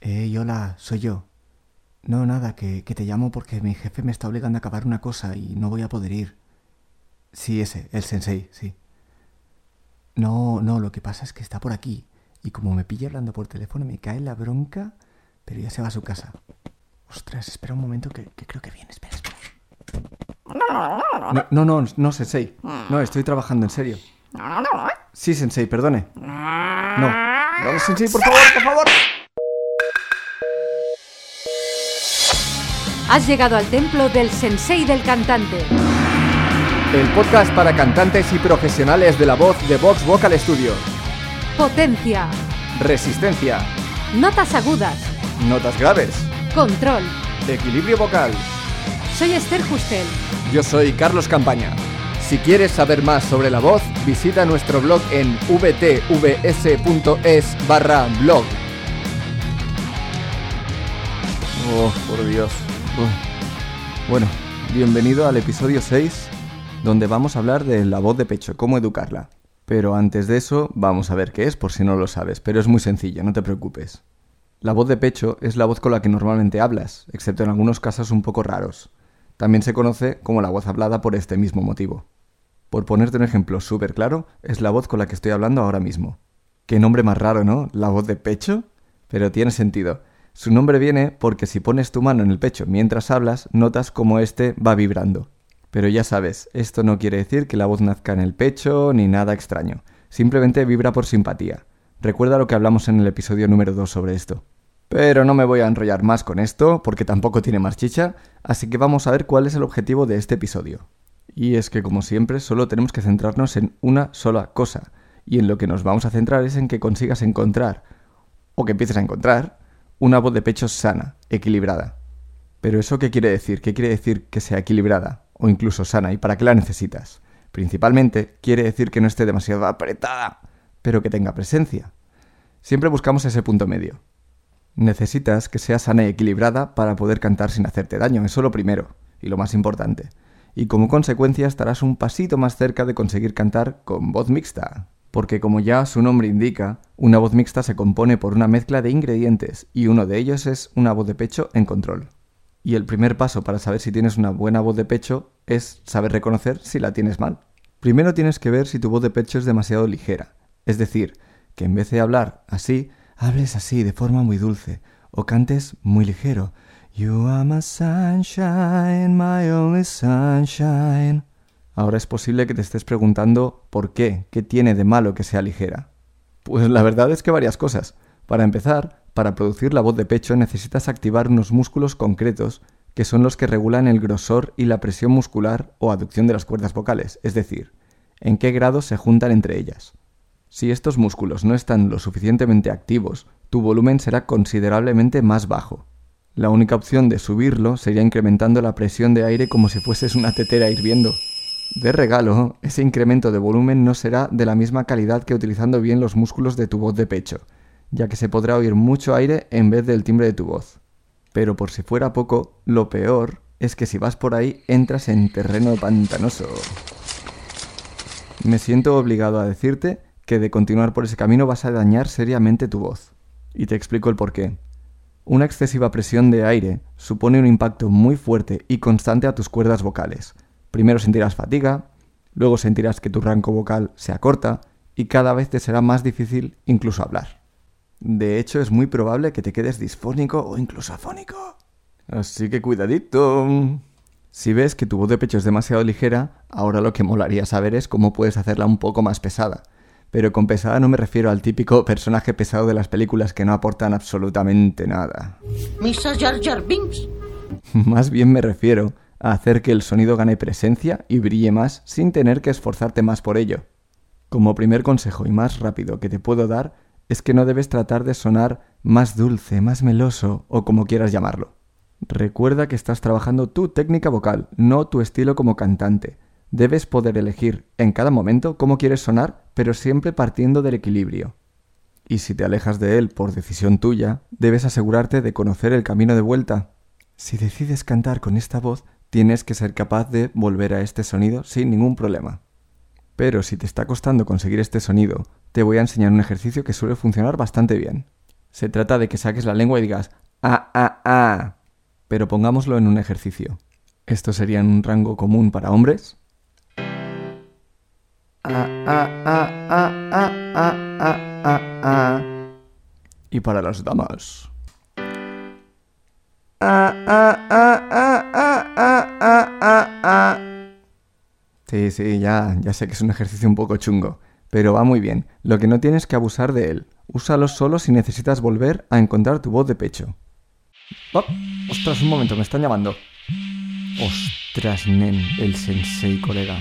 Hola, soy yo. No, nada, que te llamo porque mi jefe me está obligando a acabar una cosa y no voy a poder ir. Sí, ese, el sensei, sí. No, lo que pasa es que está por aquí y como me pilla hablando por teléfono me cae la bronca, pero ya se va a su casa. Ostras, espera un momento que creo que viene, espera. No, sensei. No, estoy trabajando, en serio. Sí, sensei, perdone. No, sensei, por favor. Has llegado al templo del Sensei del Cantante. El podcast para cantantes y profesionales de la voz de Vox Vocal Studio. Potencia. Resistencia. Notas agudas. Notas graves. Control. Equilibrio vocal. Soy Esther Justel. Yo soy Carlos Campaña. Si quieres saber más sobre la voz, visita nuestro blog en vtvs.es/blog. Oh, por Dios. Bueno, bienvenido al episodio 6, donde vamos a hablar de la voz de pecho, cómo educarla. Pero antes de eso, vamos a ver qué es, por si no lo sabes, pero es muy sencillo, no te preocupes. La voz de pecho es la voz con la que normalmente hablas, excepto en algunos casos un poco raros. También se conoce como la voz hablada por este mismo motivo. Por ponerte un ejemplo súper claro, es la voz con la que estoy hablando ahora mismo. Qué nombre más raro, ¿no? ¿La voz de pecho? Pero tiene sentido. Su nombre viene porque si pones tu mano en el pecho mientras hablas, notas cómo este va vibrando. Pero ya sabes, esto no quiere decir que la voz nazca en el pecho ni nada extraño. Simplemente vibra por simpatía. Recuerda lo que hablamos en el episodio número 2 sobre esto. Pero no me voy a enrollar más con esto, porque tampoco tiene más chicha, así que vamos a ver cuál es el objetivo de este episodio. Y es que, como siempre, solo tenemos que centrarnos en una sola cosa. Y en lo que nos vamos a centrar es en que consigas encontrar, o que empieces a encontrar, una voz de pecho sana, equilibrada. ¿Pero eso qué quiere decir? ¿Qué quiere decir que sea equilibrada? O incluso sana, ¿y para qué la necesitas? Principalmente, quiere decir que no esté demasiado apretada, pero que tenga presencia. Siempre buscamos ese punto medio. Necesitas que sea sana y equilibrada para poder cantar sin hacerte daño, eso lo primero, y lo más importante. Y como consecuencia estarás un pasito más cerca de conseguir cantar con voz mixta. Porque como ya su nombre indica, una voz mixta se compone por una mezcla de ingredientes y uno de ellos es una voz de pecho en control. Y el primer paso para saber si tienes una buena voz de pecho es saber reconocer si la tienes mal. Primero tienes que ver si tu voz de pecho es demasiado ligera, es decir, que en vez de hablar así, hables así de forma muy dulce o cantes muy ligero. You are my sunshine, my only sunshine. Ahora es posible que te estés preguntando ¿por qué? ¿Qué tiene de malo que sea ligera? Pues la verdad es que varias cosas. Para empezar, para producir la voz de pecho necesitas activar unos músculos concretos que son los que regulan el grosor y la presión muscular o aducción de las cuerdas vocales, es decir, en qué grado se juntan entre ellas. Si estos músculos no están lo suficientemente activos, tu volumen será considerablemente más bajo. La única opción de subirlo sería incrementando la presión de aire como si fueses una tetera hirviendo. De regalo, ese incremento de volumen no será de la misma calidad que utilizando bien los músculos de tu voz de pecho, ya que se podrá oír mucho aire en vez del timbre de tu voz. Pero por si fuera poco, lo peor es que si vas por ahí entras en terreno pantanoso. Me siento obligado a decirte que de continuar por ese camino vas a dañar seriamente tu voz. Y te explico el porqué. Una excesiva presión de aire supone un impacto muy fuerte y constante a tus cuerdas vocales. Primero sentirás fatiga, luego sentirás que tu rango vocal se acorta y cada vez te será más difícil incluso hablar. De hecho, es muy probable que te quedes disfónico o incluso afónico. Así que cuidadito. Si ves que tu voz de pecho es demasiado ligera, ahora lo que molaría saber es cómo puedes hacerla un poco más pesada. Pero con pesada no me refiero al típico personaje pesado de las películas que no aportan absolutamente nada. ¿Misa Jar Jar Binks? Más bien me refiero a hacer que el sonido gane presencia y brille más sin tener que esforzarte más por ello. Como primer consejo y más rápido que te puedo dar es que no debes tratar de sonar más dulce, más meloso o como quieras llamarlo. Recuerda que estás trabajando tu técnica vocal, no tu estilo como cantante. Debes poder elegir en cada momento cómo quieres sonar, pero siempre partiendo del equilibrio. Y si te alejas de él por decisión tuya, debes asegurarte de conocer el camino de vuelta. Si decides cantar con esta voz, tienes que ser capaz de volver a este sonido sin ningún problema. Pero si te está costando conseguir este sonido, te voy a enseñar un ejercicio que suele funcionar bastante bien. Se trata de que saques la lengua y digas ah. Pero pongámoslo en un ejercicio. Esto sería en un rango común para hombres. Y para las damas. Sí, ya sé que es un ejercicio un poco chungo, pero va muy bien. Lo que no tienes que abusar de él. Úsalo solo si necesitas volver a encontrar tu voz de pecho. Oh, ostras, un momento, me están llamando. Ostras, nen, el sensei, colega.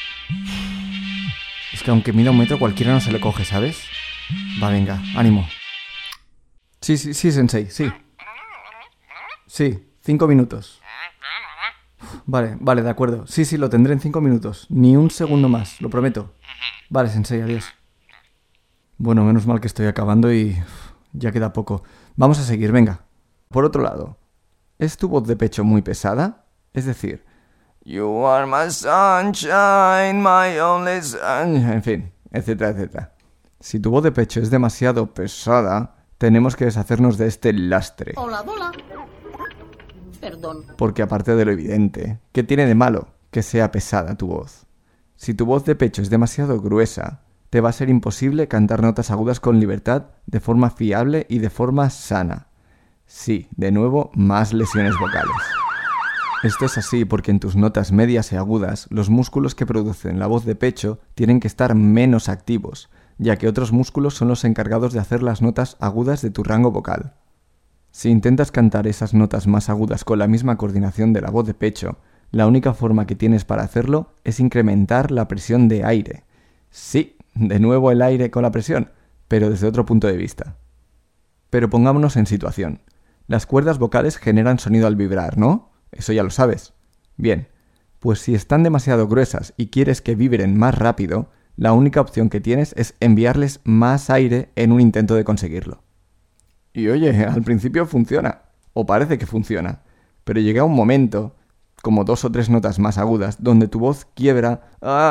Es que aunque mida 1 metro, cualquiera no se le coge, ¿sabes? Va, venga, ánimo. Sí, sensei, sí. Sí, 5 minutos. Vale, de acuerdo. Sí, lo tendré en 5 minutos. Ni un segundo más, lo prometo. Vale, sensei, adiós. Bueno, menos mal que estoy acabando y ya queda poco. Vamos a seguir, venga. Por otro lado, ¿es tu voz de pecho muy pesada? Es decir, You are my sunshine, my only sunshine... En fin, etcétera. Si tu voz de pecho es demasiado pesada, tenemos que deshacernos de este lastre. Hola, bola. Perdón. Porque aparte de lo evidente, ¿qué tiene de malo que sea pesada tu voz? Si tu voz de pecho es demasiado gruesa, te va a ser imposible cantar notas agudas con libertad, de forma fiable y de forma sana. Sí, de nuevo, más lesiones vocales. Esto es así porque en tus notas medias y agudas, los músculos que producen la voz de pecho tienen que estar menos activos, ya que otros músculos son los encargados de hacer las notas agudas de tu rango vocal. Si intentas cantar esas notas más agudas con la misma coordinación de la voz de pecho, la única forma que tienes para hacerlo es incrementar la presión de aire. Sí, de nuevo el aire con la presión, pero desde otro punto de vista. Pero pongámonos en situación. Las cuerdas vocales generan sonido al vibrar, ¿no? Eso ya lo sabes. Bien, pues si están demasiado gruesas y quieres que vibren más rápido, la única opción que tienes es enviarles más aire en un intento de conseguirlo. Y oye, al principio funciona, o parece que funciona, pero llega un momento, como 2 o 3 notas más agudas, donde tu voz quiebra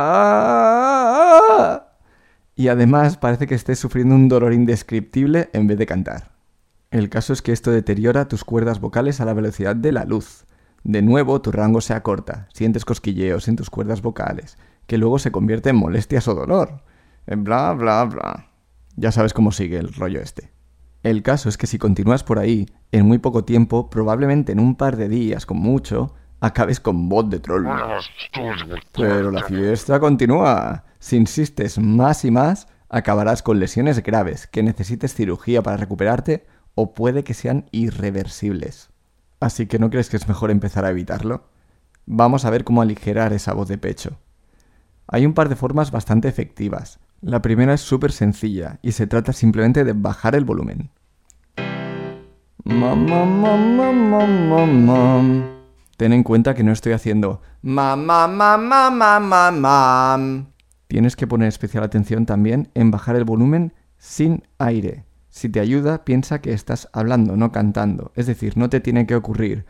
y además parece que estés sufriendo un dolor indescriptible en vez de cantar. El caso es que esto deteriora tus cuerdas vocales a la velocidad de la luz. De nuevo, tu rango se acorta, sientes cosquilleos en tus cuerdas vocales, que luego se convierte en molestias o dolor. Bla, bla, bla. Ya sabes cómo sigue el rollo este. El caso es que si continúas por ahí, en muy poco tiempo, probablemente en un par de días, con mucho, acabes con voz de troll. Pero la fiesta continúa. Si insistes más y más, acabarás con lesiones graves, que necesites cirugía para recuperarte, o puede que sean irreversibles. Así que ¿no crees que es mejor empezar a evitarlo? Vamos a ver cómo aligerar esa voz de pecho. Hay un par de formas bastante efectivas. La primera es súper sencilla y se trata simplemente de bajar el volumen. Ten en cuenta que no estoy haciendo Tienes que poner especial atención también en bajar el volumen sin aire. Si te ayuda, piensa que estás hablando, no cantando. Es decir, no te tiene que ocurrir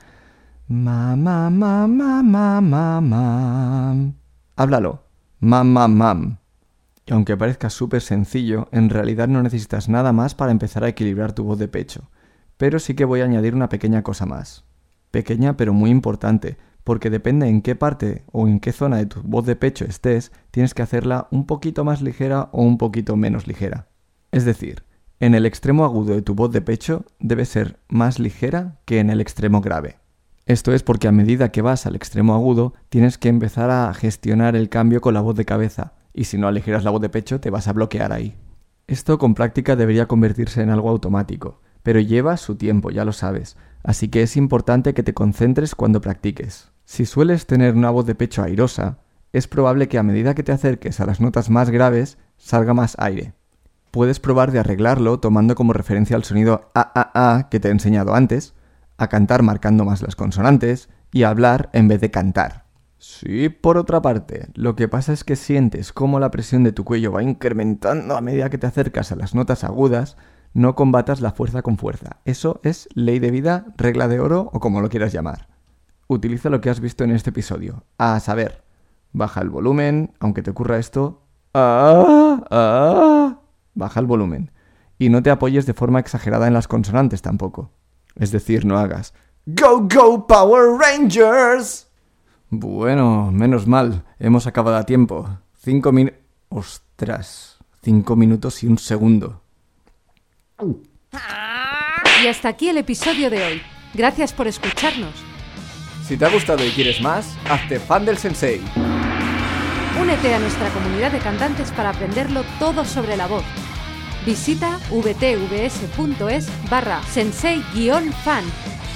Háblalo. Mam. Y aunque parezca súper sencillo, en realidad no necesitas nada más para empezar a equilibrar tu voz de pecho. Pero sí que voy a añadir una pequeña cosa más. Pequeña pero muy importante, porque depende en qué parte o en qué zona de tu voz de pecho estés, tienes que hacerla un poquito más ligera o un poquito menos ligera. Es decir, en el extremo agudo de tu voz de pecho debe ser más ligera que en el extremo grave. Esto es porque a medida que vas al extremo agudo, tienes que empezar a gestionar el cambio con la voz de cabeza, y si no aligeras la voz de pecho te vas a bloquear ahí. Esto con práctica debería convertirse en algo automático, pero lleva su tiempo, ya lo sabes, así que es importante que te concentres cuando practiques. Si sueles tener una voz de pecho airosa, es probable que a medida que te acerques a las notas más graves, salga más aire. Puedes probar de arreglarlo tomando como referencia el sonido a que te he enseñado antes, a cantar marcando más las consonantes y a hablar en vez de cantar. Sí, por otra parte, lo que pasa es que sientes cómo la presión de tu cuello va incrementando a medida que te acercas a las notas agudas, no combatas la fuerza con fuerza. Eso es ley de vida, regla de oro o como lo quieras llamar. Utiliza lo que has visto en este episodio, a saber, baja el volumen, aunque te ocurra esto, baja el volumen. Y no te apoyes de forma exagerada en las consonantes tampoco. Es decir, no hagas ¡Go, go, Power Rangers! Bueno, menos mal, hemos acabado a tiempo. 5 minutos... ¡Ostras! 5 minutos y 1 segundo. Y hasta aquí el episodio de hoy. Gracias por escucharnos. Si te ha gustado y quieres más, hazte fan del Sensei. Únete a nuestra comunidad de cantantes para aprenderlo todo sobre la voz. Visita vtvs.es/sensei-fan